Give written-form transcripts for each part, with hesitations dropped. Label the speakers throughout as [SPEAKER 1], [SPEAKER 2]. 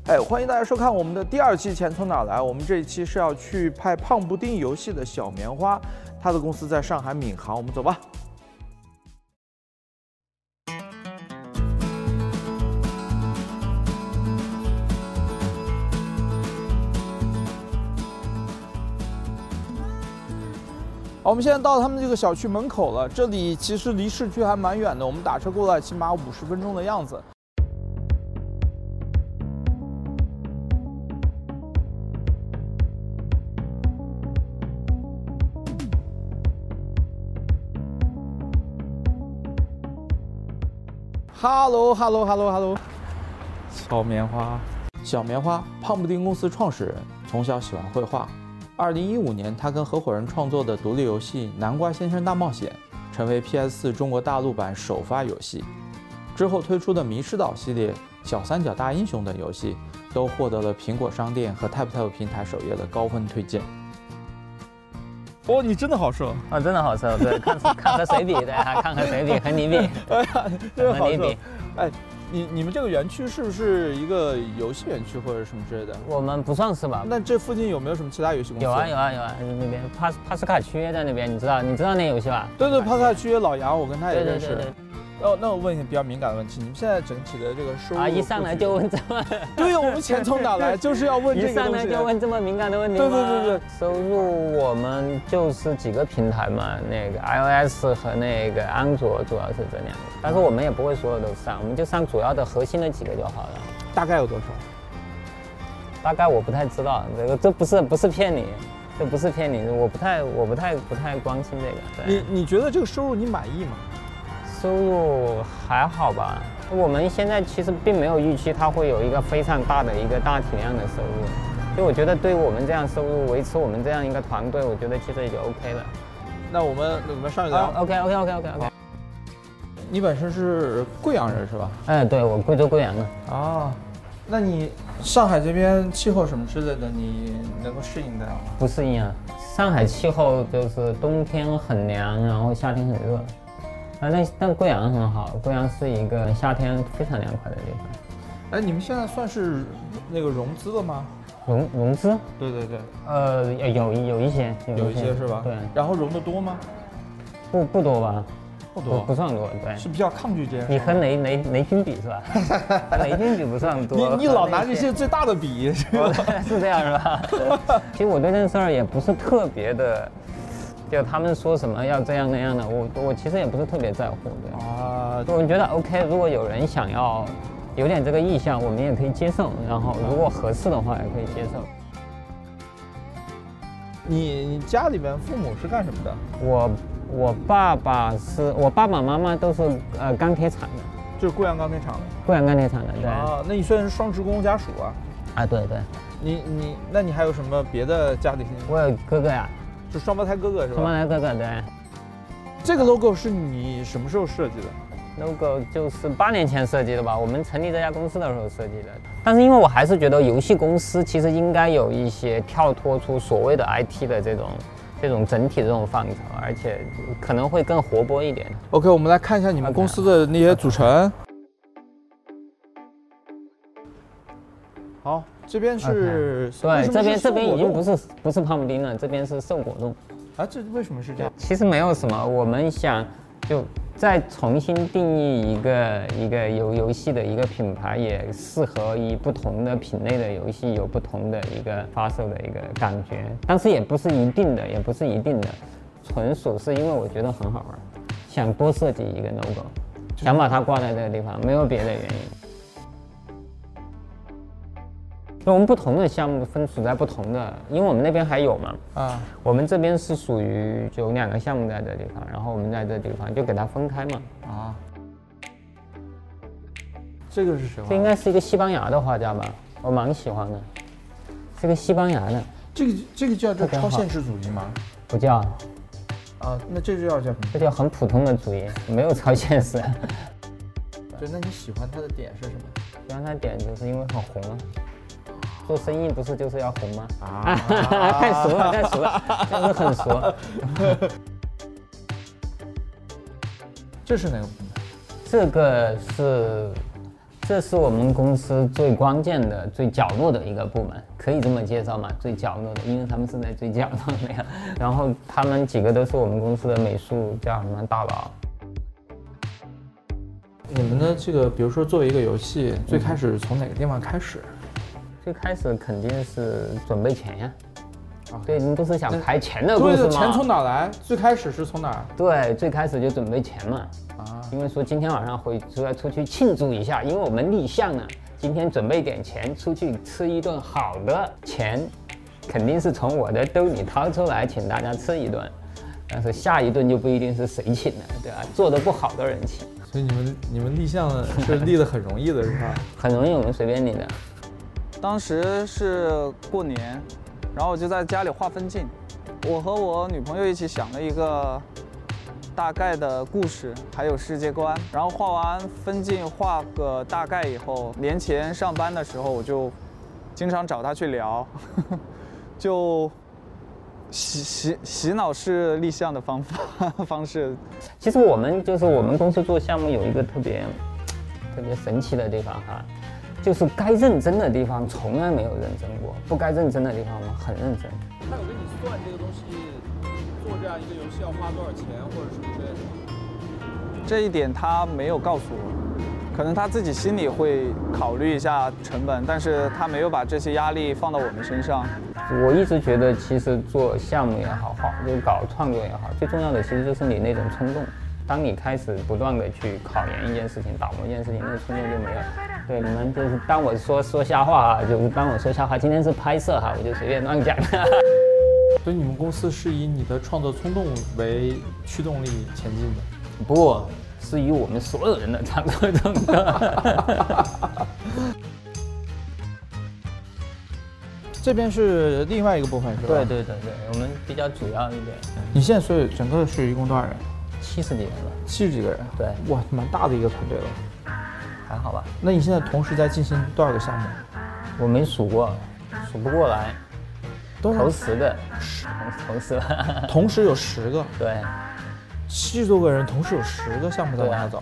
[SPEAKER 1] 哎，欢迎大家收看我们的第2期《钱从哪来》。我们这一期是要去拍胖布丁游戏的小棉花，他的公司在上海闵行，我们走吧。好，我们现在到他们这个小区门口了。这里其实离市区还蛮远的，我们打车过来起码50分钟的样子。Hello， 小棉花，胖布丁公司创始人，从小喜欢绘画。2015年，他跟合伙人创作的独立游戏《南瓜先生大冒险》成为 PS4 中国大陆版首发游戏。之后推出的《迷失岛》系列、《小三角大英雄》等游戏都获得了苹果商店和 TapTap 平台首页的高分推荐。哦，你真的好瘦
[SPEAKER 2] 啊！真的好瘦，对，看和谁比，对，看和谁比，和你比，
[SPEAKER 1] 哎呀，真的好瘦。
[SPEAKER 2] 比。
[SPEAKER 1] 哎，你们这个园区是不是一个游戏园区或者什么之类的？
[SPEAKER 2] 我们不算是吧？
[SPEAKER 1] 那这附近有没有什么其他游戏公司？
[SPEAKER 2] 有啊，那边帕斯卡区在那边，你知道那游戏吧？
[SPEAKER 1] 对，帕斯卡区老杨，我跟他也认识。
[SPEAKER 2] 对。
[SPEAKER 1] 那我问一个比较敏感的问题，你们现在整体的这个收入？
[SPEAKER 2] 一上来就问这么？
[SPEAKER 1] 对，我们钱从哪来，就是要问这个东西。
[SPEAKER 2] 一上来就问这么敏感的问题吗？
[SPEAKER 1] 对。
[SPEAKER 2] 收入我们就是几个平台嘛，那个 iOS 和那个安卓主要是这两个，但是我们也不会所有都上，我们就上主要的核心的几个就好了。
[SPEAKER 1] 大概有多少？
[SPEAKER 2] 大概我不太知道，这不是骗你。这不是骗你，我不太关心这
[SPEAKER 1] 个。你觉得这个收入你满意吗？
[SPEAKER 2] 收入还好吧，我们现在其实并没有预期它会有一个非常大的一个大体量的收入，所以我觉得对于我们这样收入维持我们这样一个团队，我觉得其实也就 OK 了。
[SPEAKER 1] 那我们上去聊。
[SPEAKER 2] OK。
[SPEAKER 1] 你本身是贵阳人是吧？
[SPEAKER 2] 哎，对，我贵州贵阳的。
[SPEAKER 1] 哦，那你上海这边气候什么之类的，你能够适应得了吗？
[SPEAKER 2] 不适应啊，上海气候就是冬天很凉，然后夏天很热。但贵阳很好，贵阳是一个夏天非常凉快的地方。
[SPEAKER 1] 哎，你们现在算是那个融资了吗？
[SPEAKER 2] 融资？
[SPEAKER 1] 对。
[SPEAKER 2] 有一些
[SPEAKER 1] 是吧？
[SPEAKER 2] 对。
[SPEAKER 1] 然后融得多吗？
[SPEAKER 2] 不多吧？
[SPEAKER 1] 不多，
[SPEAKER 2] 不算多，对。
[SPEAKER 1] 是比较抗拒这些。
[SPEAKER 2] 你和雷军比是吧？雷军比不算多。
[SPEAKER 1] 你老拿这些最大的比，是
[SPEAKER 2] 这样是吧？其实我对这件事儿也不是特别的。就他们说什么要这样那样的，我其实也不是特别在乎，对啊，我觉得 OK， 如果有人想要有点这个意向，我们也可以接受，然后如果合适的话也可以接受。
[SPEAKER 1] 你家里边父母是干什么的？
[SPEAKER 2] 我爸爸妈妈都是钢铁厂的，
[SPEAKER 1] 就是贵阳钢铁厂的。
[SPEAKER 2] 贵阳钢铁厂的，对。
[SPEAKER 1] 啊，那你算是双职工家属啊？
[SPEAKER 2] 啊，对。
[SPEAKER 1] 那你还有什么别的家庭？
[SPEAKER 2] 我有哥哥呀。
[SPEAKER 1] 就双胞胎哥哥是吧？
[SPEAKER 2] 双胞胎哥哥，对。
[SPEAKER 1] 这个 logo 是你什么时候设计的
[SPEAKER 2] ？logo 就是8年前设计的吧，我们成立这家公司的时候设计的。但是因为我还是觉得游戏公司其实应该有一些跳脱出所谓的 IT 的这种整体的这种范畴，而且可能会更活泼一点。
[SPEAKER 1] OK， 我们来看一下你们公司的那些组成。好。这边是，
[SPEAKER 2] 对，这边已经不是胖布丁了，这边是瘦果冻。
[SPEAKER 1] 啊，这为什么是这样？
[SPEAKER 2] 其实没有什么，我们想就再重新定义一个游戏的一个品牌，也适合于不同的品类的游戏有不同的一个发售的一个感觉，但是也不是一定的，纯属是因为我觉得很好玩，想多设计一个 logo， 想把它挂在这个地方，没有别的原因。我们不同的项目分属在不同的，因为我们那边还有嘛，我们这边是属于就2个项目在这地方，然后我们在这地方就给它分开嘛。
[SPEAKER 1] 这个是谁画的？
[SPEAKER 2] 这应该是一个西班牙的画家吧，我蛮喜欢的，是个西班牙的。
[SPEAKER 1] 这个叫超现实主义吗？
[SPEAKER 2] 不叫。
[SPEAKER 1] 啊，那这就叫什么？
[SPEAKER 2] 这叫很普通的主义，没有超现实。
[SPEAKER 1] 对，那你喜欢它的点是什么？
[SPEAKER 2] 喜欢它的点就是因为很红啊。做生意不是就是要红吗？太熟了，真是很熟。
[SPEAKER 1] 这是哪个品牌？
[SPEAKER 2] 这个是这是我们公司最关键的、最角落的一个部门，可以这么介绍吗？最角落的，因为他们是在最角落的呀。然后他们几个都是我们公司的美术叫什么大佬。
[SPEAKER 1] 你们的这个，比如说作为一个游戏，最开始从哪个地方开始？
[SPEAKER 2] 最开始肯定是准备钱呀。对，你们不是想排钱的故事吗？
[SPEAKER 1] 钱从哪来？最开始是从哪儿？
[SPEAKER 2] 对，最开始就准备钱嘛。因为说今天晚上出去庆祝一下，因为我们立项了，今天准备点钱出去吃一顿好的，钱肯定是从我的兜里掏出来请大家吃一顿，但是下一顿就不一定是谁请的，对吧？做得不好的人请。
[SPEAKER 1] 所以你们立项是立得很容易的是吧？
[SPEAKER 2] 很容易，我们随便立的。
[SPEAKER 3] 当时是过年，然后我就在家里画分镜，我和我女朋友一起想了一个大概的故事，还有世界观。然后画完分镜，画个大概以后，年前上班的时候，我就经常找她去聊，就洗脑式立项的方式。
[SPEAKER 2] 其实我们公司做项目有一个特别神奇的地方哈，就是该认真的地方从来没有认真过，不该认真的地方我们很认真。
[SPEAKER 1] 他有跟你算这个东西做这样一个游戏要花多少钱或者什么之类的吗？
[SPEAKER 3] 这一点他没有告诉我，可能他自己心里会考虑一下成本，但是他没有把这些压力放到我们身上。
[SPEAKER 2] 我一直觉得，其实做项目也好，就搞创作也好，最重要的其实就是你那种冲动。当你开始不断的去考研一件事情、打磨一件事情，那个冲动就没有。对，你们就是当我说瞎话啊，就是当我说瞎话。今天是拍摄哈，我就随便乱讲。
[SPEAKER 1] 所以你们公司是以你的创作冲动为驱动力前进的？
[SPEAKER 2] 不是以我们所有人的创作冲动。
[SPEAKER 1] 这边是另外一个部分是吧？
[SPEAKER 2] 对，我们比较主要一点。
[SPEAKER 1] 你现在所以整个是一共多少人
[SPEAKER 2] ？70几人了。
[SPEAKER 1] 70几个人？
[SPEAKER 2] 对，
[SPEAKER 1] 哇，蛮大的一个团队了。
[SPEAKER 2] 还好吧？
[SPEAKER 1] 那你现在同时在进行多少个项目？
[SPEAKER 2] 我没数过，数不过来。头10个，头10个。
[SPEAKER 1] 同时有10个？
[SPEAKER 2] 对。
[SPEAKER 1] 70多个人，同时有10个项目在往下走。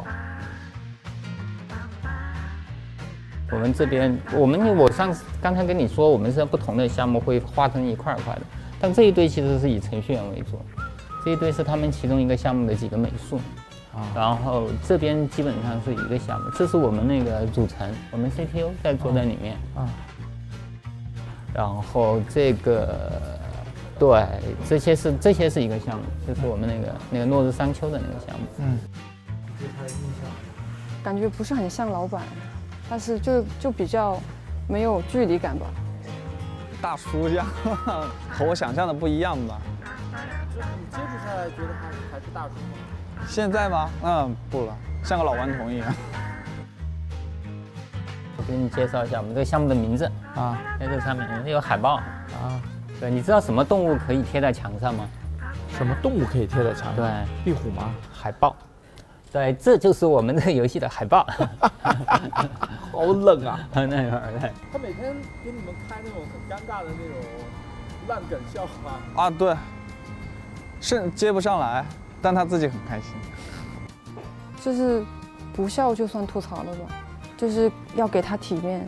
[SPEAKER 2] 我们这边，我刚才跟你说，我们是不同的项目会划成一块一块的，但这一堆其实是以程序员为主，这一堆是他们其中一个项目的几个美术，然后这边基本上是一个项目，这是我们那个组成，我们 CTO 在坐在里面，然后这个，对，这些是一个项目，就是我们那个落日山丘的那个项目，
[SPEAKER 1] 对他的印象，
[SPEAKER 4] 感觉不是很像老板。但是就比较没有距离感吧，
[SPEAKER 3] 大叔这样，和我想象的不一样吧？
[SPEAKER 1] 就是你接触下来觉得还是大叔吗？
[SPEAKER 3] 现在吗？不了，像个老顽童一样。
[SPEAKER 2] 我给你介绍一下我们这个项目的名字啊，在这上面有海报啊。对，你知道什么动物可以贴在墙上吗？
[SPEAKER 1] 什么动物可以贴在墙上？
[SPEAKER 2] 对，
[SPEAKER 1] 壁虎吗？海豹。
[SPEAKER 2] 对，这就是我们这个游戏的海报。
[SPEAKER 1] 好冷啊！
[SPEAKER 2] 那会儿，对。
[SPEAKER 1] 他每天给你们开那种很尴尬的那种烂梗笑话。
[SPEAKER 3] 对，是接不上来，但他自己很开心。
[SPEAKER 4] 就是不笑就算吐槽了吧，就是要给他体面。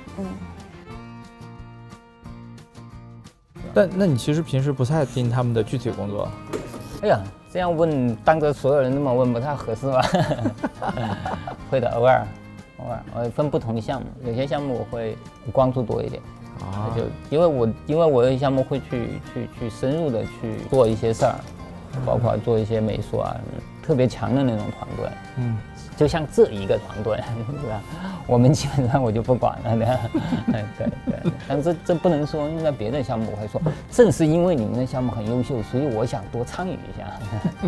[SPEAKER 1] 那你其实平时不太盯他们的具体工作？
[SPEAKER 2] 哎呀。这样问，当着所有人这么问不太合适吧？会的，偶尔，我分不同的项目，有些项目我会关注多一点，就因为我的项目会去深入的去做一些事儿，包括做一些美术啊，特别强的那种团队，就像这一个团队，是吧？我们基本上我就不管了的，对，但这不能说，因为在别的项目我会说，正是因为你们的项目很优秀，所以我想多参与一下。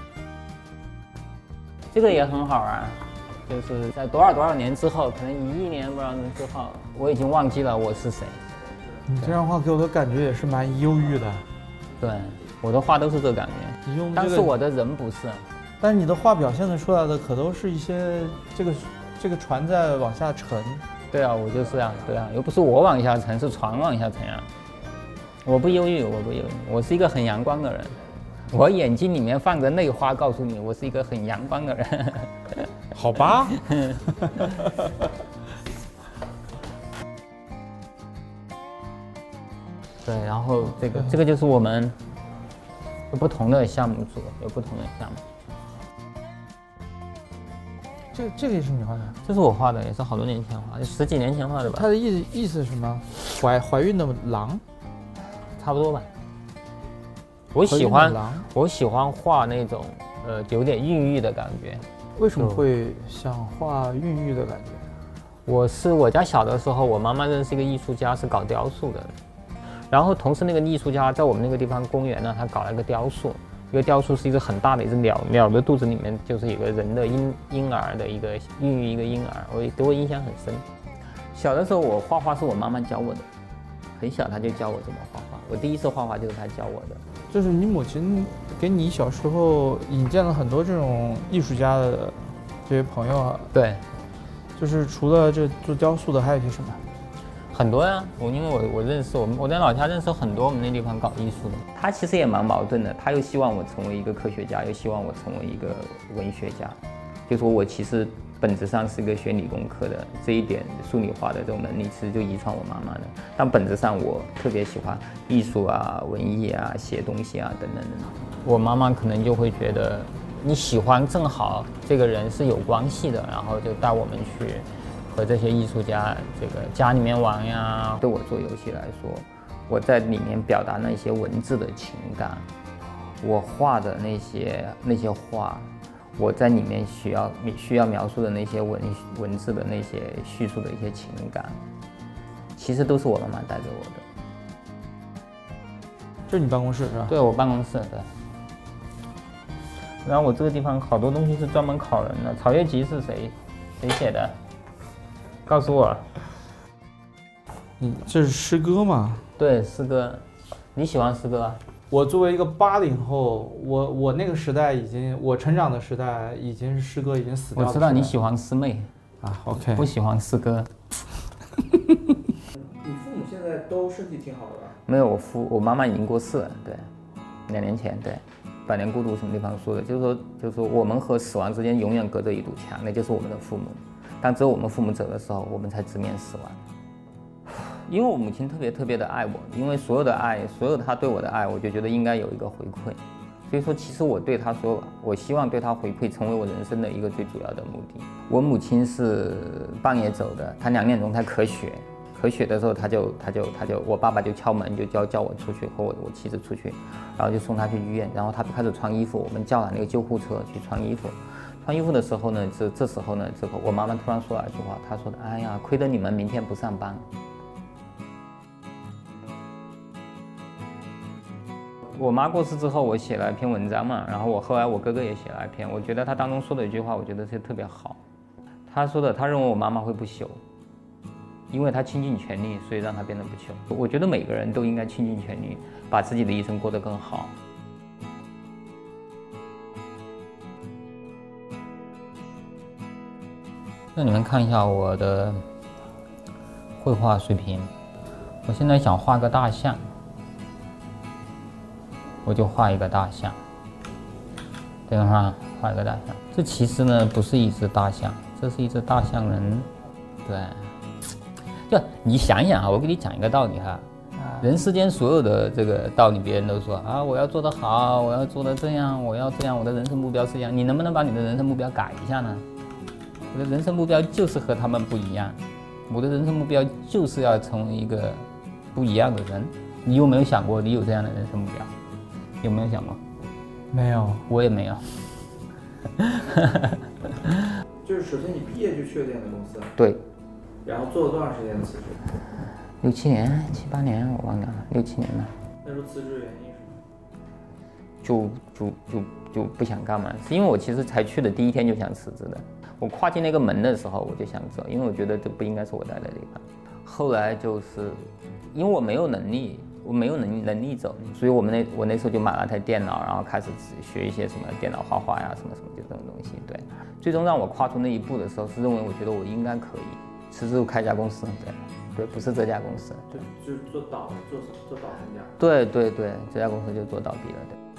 [SPEAKER 2] 这个也很好啊，就是在多少年之后，可能11年不知道之后，我已经忘记了我是谁。
[SPEAKER 1] 你这样的话给我的感觉也是蛮忧郁的。
[SPEAKER 2] 对，我的话都是这感觉，但是我的人不是。
[SPEAKER 1] 但是你的画表现的出来的可都是一些这个船在往下沉。
[SPEAKER 2] 对啊，我就是啊，对啊，又不是我往下沉，是船往下沉啊。我不忧郁，我是一个很阳光的人。我眼睛里面放着泪花，告诉你，我是一个很阳光的人。
[SPEAKER 1] 好吧。
[SPEAKER 2] 对，然后这个就是我们有不同的项目组，有不同的项目。
[SPEAKER 1] 这个也是你画的？
[SPEAKER 2] 这是我画的，也是好多年前画的，10几年前画的吧。
[SPEAKER 1] 它的意思是什么？怀孕的狼？
[SPEAKER 2] 差不多吧。我喜欢画那种有点孕育的感觉。
[SPEAKER 1] 为什么会想画孕育的感觉？
[SPEAKER 2] 我家小的时候，我妈妈认识一个艺术家，是搞雕塑的。然后同时那个艺术家在我们那个地方公园呢，他搞了一个雕塑。一个雕塑是一个很大的一只鸟的肚子里面就是有个人的婴儿的一个孕育一个婴儿，给我印象很深。小的时候我画画是我妈妈教我的，很小她就教我怎么画画。我第一次画画就是她教我的。
[SPEAKER 1] 就是你母亲给你小时候引荐了很多这种艺术家的这些朋友啊。
[SPEAKER 2] 对，
[SPEAKER 1] 就是除了这做雕塑的，还有一些什么？
[SPEAKER 2] 很多呀，因为我认识我在老家认识很多我们那地方搞艺术的。他其实也蛮矛盾的，他又希望我成为一个科学家，又希望我成为一个文学家。就说我其实本质上是一个学理工科的，这一点数理化的这种能力其实就遗传我妈妈的。但本质上我特别喜欢艺术啊、文艺啊、写东西啊等等等。我妈妈可能就会觉得你喜欢正好这个人是有关系的，然后就带我们去和这些艺术家这个家里面玩呀。对我做游戏来说，我在里面表达那些文字的情感，我画的那些画，我在里面需要描述的那些文字的那些叙述的一些情感，其实都是我妈妈带给我的。
[SPEAKER 1] 这是你办公室是吧？
[SPEAKER 2] 对，我办公室对。然后我这个地方好多东西是专门考人的，《草月集》是谁写的？告诉我。
[SPEAKER 1] 这是诗歌吗？
[SPEAKER 2] 对，诗歌。你喜欢诗歌啊？
[SPEAKER 1] 我作为一个80后，我那个时代我成长的时代已经是诗歌已经死掉了。
[SPEAKER 2] 我知道你喜欢师妹
[SPEAKER 1] 啊 ，OK，
[SPEAKER 2] 不喜欢诗歌。
[SPEAKER 1] 你父母现在都身体挺好的吧？
[SPEAKER 2] 没有，我妈妈已经过世了，对，2年前，对，百年孤独什么地方说的，就是说我们和死亡之间永远隔着一堵墙，那就是我们的父母。当只有我们父母走的时候，我们才直面死亡。因为我母亲特别的爱我，因为所有的爱，所有她对我的爱，我就觉得应该有一个回馈。所以说，其实我对她说，我希望对她回馈，成为我人生的一个最主要的目的。我母亲是半夜走的，她2点钟才咳血的时候，她就我爸爸就敲门，就叫我出去，和我妻子出去，然后就送她去医院，然后她就开始穿衣服，我们叫了那个救护车去穿衣服。穿衣服的时候呢，这时候呢，我妈妈突然说了一句话，她说的：“哎呀，亏得你们明天不上班。”我妈过世之后，我写了一篇文章嘛，然后后来我哥哥也写了一篇，我觉得他当中说的一句话，我觉得是特别好。他说的，他认为我妈妈会不朽，因为她倾尽全力，所以让她变得不朽。我觉得每个人都应该倾尽全力，把自己的一生过得更好。那你们看一下我的绘画水平，我现在想画个大象。我就画一个大象，对吧？画一个大象。这其实呢不是一只大象，这是一只大象人。对，就你想一想啊，我给你讲一个道理哈。人世间所有的这个道理，别人都说啊，我要做得好，我要做得这样，我要这样，我的人生目标是这样。你能不能把你的人生目标改一下呢？我的人生目标就是和他们不一样，我的人生目标就是要成为一个不一样的人。你有没有想过你有这样的人生目标？有没有想过？
[SPEAKER 1] 没有，
[SPEAKER 2] 我也没有。
[SPEAKER 1] 就是首先你毕业就去了这样的公司，
[SPEAKER 2] 对。
[SPEAKER 1] 然后做了多长时间辞职
[SPEAKER 2] ？6、7年、7、8年，我忘掉了，6、7年了。
[SPEAKER 1] 那时候辞职原因是什
[SPEAKER 2] 么？就不想干嘛？是因为我其实才去的第1天就想辞职的。我跨进那个门的时候我就想走，因为我觉得这不应该是我待的地方。后来就是因为我没有能力。我没有能力走，所以我那时候就买了台电脑，然后开始学一些什么电脑画画呀，什么就这种东西。对，最终让我跨出那一步的时候，是认为我觉得我应该可以辞职开一家公司。对，不是这家公司，
[SPEAKER 1] 对，就是做导成家。
[SPEAKER 2] 对，这家公司就做倒闭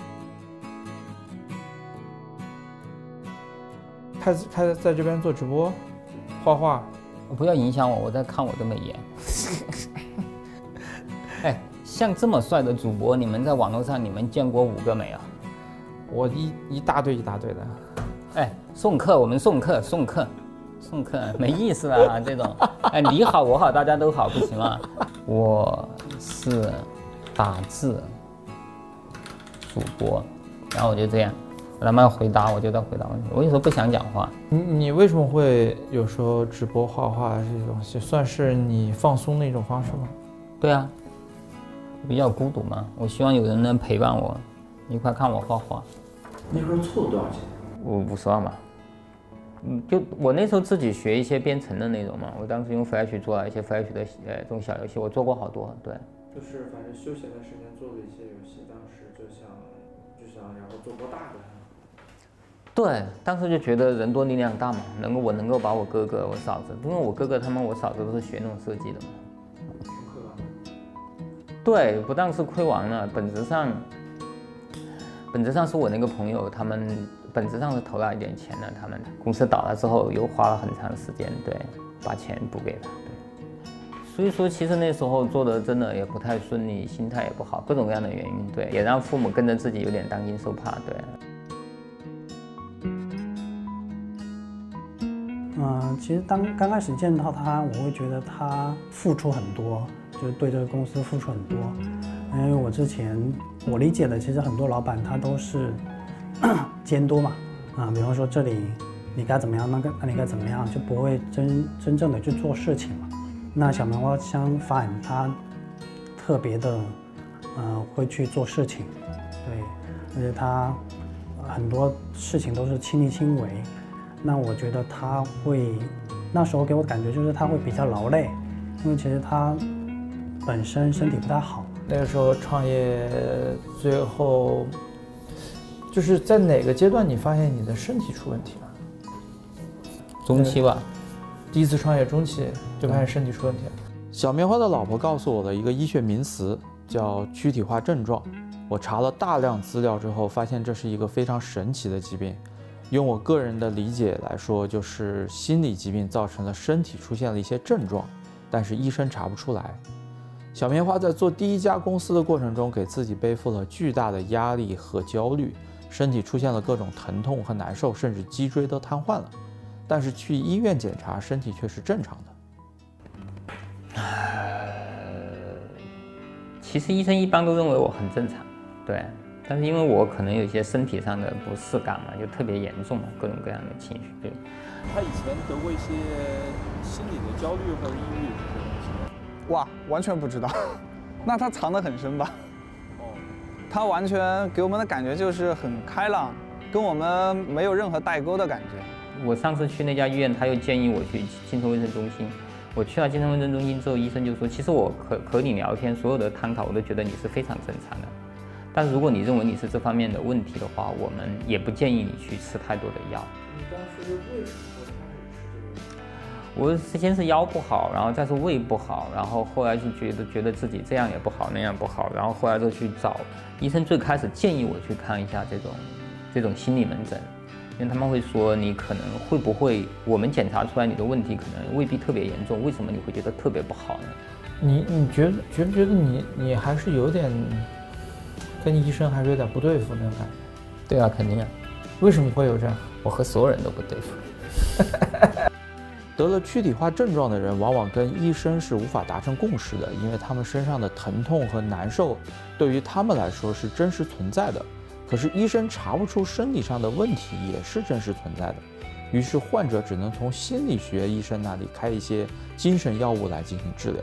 [SPEAKER 1] 了。他在这边做直播，画画。
[SPEAKER 2] 不要影响我，我在看我的美颜。哎。 像这么帅的主播，你们在网络上你们见过5个没有？
[SPEAKER 1] 我一大堆的。
[SPEAKER 2] 哎，送客，我们送客，没意思啊，这种。哎，你好，我好，大家都好，不行吗？我是打字主播，然后我就这样，他们回答我就在回答问题。我有时候不想讲话。
[SPEAKER 1] 你为什么会有时候直播画画这种，算是你放松的一种方式吗？
[SPEAKER 2] 对啊，比较孤独嘛，我希望有人能陪伴我，一块看我画画。
[SPEAKER 1] 那时候凑多少钱？
[SPEAKER 2] 我50万嘛。就我那时候自己学一些编程的内容嘛，我当时用 Flash 做了一些 Flash 的这种小游戏，我做过好多。对，
[SPEAKER 1] 就是反正休闲的时间做了一些游戏，当时就想然后做过大的。
[SPEAKER 2] 对，当时就觉得人多力量大嘛，我能够把我哥哥、我嫂子，因为我哥哥他们、我嫂子都是学那种设计的嘛。对，不但是亏完了，本质上是我那个朋友，他们本质上是投了一点钱的，他们公司倒了之后又花了很长时间，对，把钱补给他。对，所以说其实那时候做的真的也不太顺利，心态也不好，各种各样的原因，对，也让父母跟着自己有点担惊受怕，对。
[SPEAKER 5] 其实刚开始见到他，我会觉得他付出很多，就是对这个公司付出很多。因为我之前我理解的，其实很多老板他都是监督嘛，比方说这里你该怎么样，那你该怎么样，就不会真正的去做事情嘛。那小棉花相反，他特别的会去做事情，对，而且他很多事情都是亲力亲为。那我觉得他会，那时候给我的感觉就是他会比较劳累，因为其实他本身身体不太好。
[SPEAKER 1] 那个时候创业，最后就是在哪个阶段你发现你的身体出问题了？
[SPEAKER 2] 中期吧，
[SPEAKER 1] 第一次创业中期就发现身体出问题了。小棉花的老婆告诉我的一个医学名词叫躯体化症状，我查了大量资料之后，发现这是一个非常神奇的疾病。用我个人的理解来说，就是心理疾病造成了身体出现了一些症状，但是医生查不出来。小棉花在做第一家公司的过程中，给自己背负了巨大的压力和焦虑，身体出现了各种疼痛和难受，甚至脊椎都瘫痪了。但是去医院检查，身体却是正常的。
[SPEAKER 2] 其实医生一般都认为我很正常，对。但是因为我可能有一些身体上的不适感嘛，就特别严重嘛，各种各样的情绪。对，
[SPEAKER 6] 他以前得过一些心理的焦虑或者抑郁这种东西。
[SPEAKER 3] 哇，完全不知道，那他藏得很深吧？他完全给我们的感觉就是很开朗，跟我们没有任何代沟的感觉。
[SPEAKER 2] 我上次去那家医院，他又建议我去精神卫生中心。我去了精神卫生中心之后，医生就说，其实我和你聊天，所有的探讨，我都觉得你是非常正常的。但是如果你认为你是这方面的问题的话，我们也不建议你去吃太多的药。
[SPEAKER 1] 你当时为什么会开始吃这个药？
[SPEAKER 2] 我先是腰不好，然后再是胃不好，然后后来就觉得自己这样也不好，那样不好，然后后来就去找医生。最开始建议我去看一下这种心理门诊，因为他们会说你可能会不会，我们检查出来你的问题可能未必特别严重，为什么你会觉得特别不好呢？
[SPEAKER 1] 你觉不觉得你还是有点？跟医生还是有点不对付那种感觉。
[SPEAKER 2] 对啊，肯定啊。
[SPEAKER 1] 为什么会有这样？
[SPEAKER 2] 我和所有人都不对付。
[SPEAKER 1] 得了躯体化症状的人，往往跟医生是无法达成共识的，因为他们身上的疼痛和难受，对于他们来说是真实存在的。可是医生查不出身体上的问题，也是真实存在的。于是患者只能从心理学医生那里开一些精神药物来进行治疗。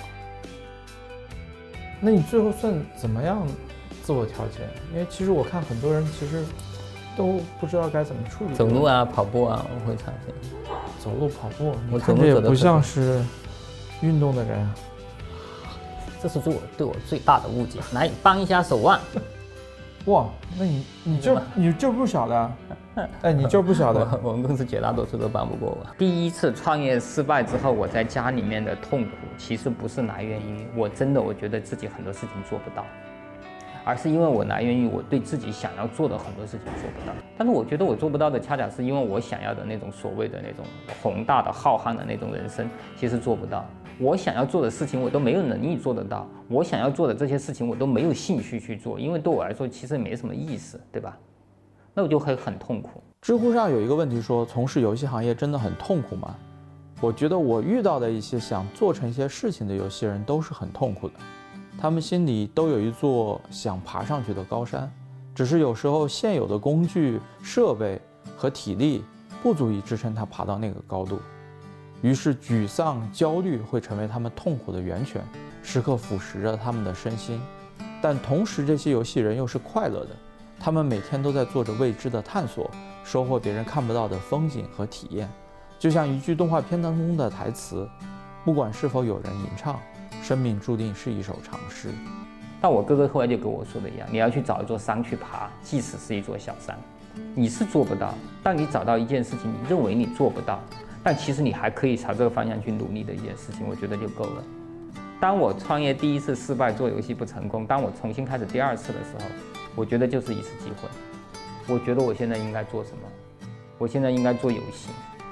[SPEAKER 1] 那你最后算怎么样自我调节？因为其实我看很多人其实都不知道该怎么处理。
[SPEAKER 2] 走路啊，跑步啊，我会尝试。
[SPEAKER 1] 走路、跑步，
[SPEAKER 2] 我
[SPEAKER 1] 看着也不像是运动的人。
[SPEAKER 2] 这是对我最大的误解。来，帮一下手腕。
[SPEAKER 1] 哇，那你劲不小的。哎，你劲不小的。
[SPEAKER 2] 我们公司绝大多数都帮不过我。第一次创业失败之后，我在家里面的痛苦，其实不是来源于我觉得自己很多事情做不到。而是因为我来源于我对自己想要做的很多事情做不到，但是我觉得我做不到的，恰恰是因为我想要的那种所谓的那种宏大的浩瀚的那种人生，其实做不到。 我想要做的事情我都没有能力做得到，我想要做的这些事情我都没有兴趣去做，因为对我来说其实没什么意思，对吧？那我就会很痛苦。
[SPEAKER 1] 知乎上有一个问题说，从事游戏行业真的很痛苦吗？我觉得我遇到的一些想做成一些事情的游戏人都是很痛苦的，他们心里都有一座想爬上去的高山，只是有时候现有的工具、设备和体力不足以支撑他爬到那个高度，于是沮丧、焦虑会成为他们痛苦的源泉，时刻腐蚀着他们的身心。但同时，这些游戏人又是快乐的，他们每天都在做着未知的探索，收获别人看不到的风景和体验。就像一句动画片当中的台词，不管是否有人吟唱，生命注定是一首长诗。
[SPEAKER 2] 但我哥哥后来就跟我说的一样，你要去找一座山去爬，即使是一座小山，你是做不到。当你找到一件事情，你认为你做不到，但其实你还可以朝这个方向去努力的一件事情，我觉得就够了。当我创业第一次失败，做游戏不成功，当我重新开始第二次的时候，我觉得就是一次机会。我觉得我现在应该做什么？我现在应该做游戏。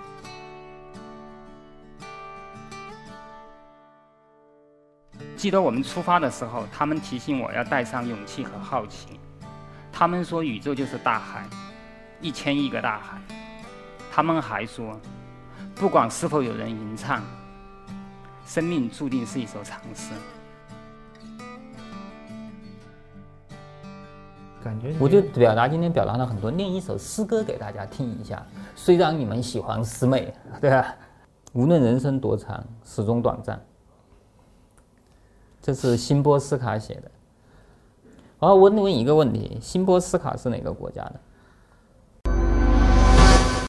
[SPEAKER 7] 记得我们出发的时候，他们提醒我要带上勇气和好奇。他们说宇宙就是大海，1000亿个大海。他们还说，不管是否有人吟唱，生命注定是一首长诗。
[SPEAKER 2] 感觉我就今天表达了很多，念一首诗歌给大家听一下。虽然你们喜欢诗妹，对吧？无论人生多长，始终短暂。这是辛波斯卡写的。我问一个问题：辛波斯卡是哪个国家的？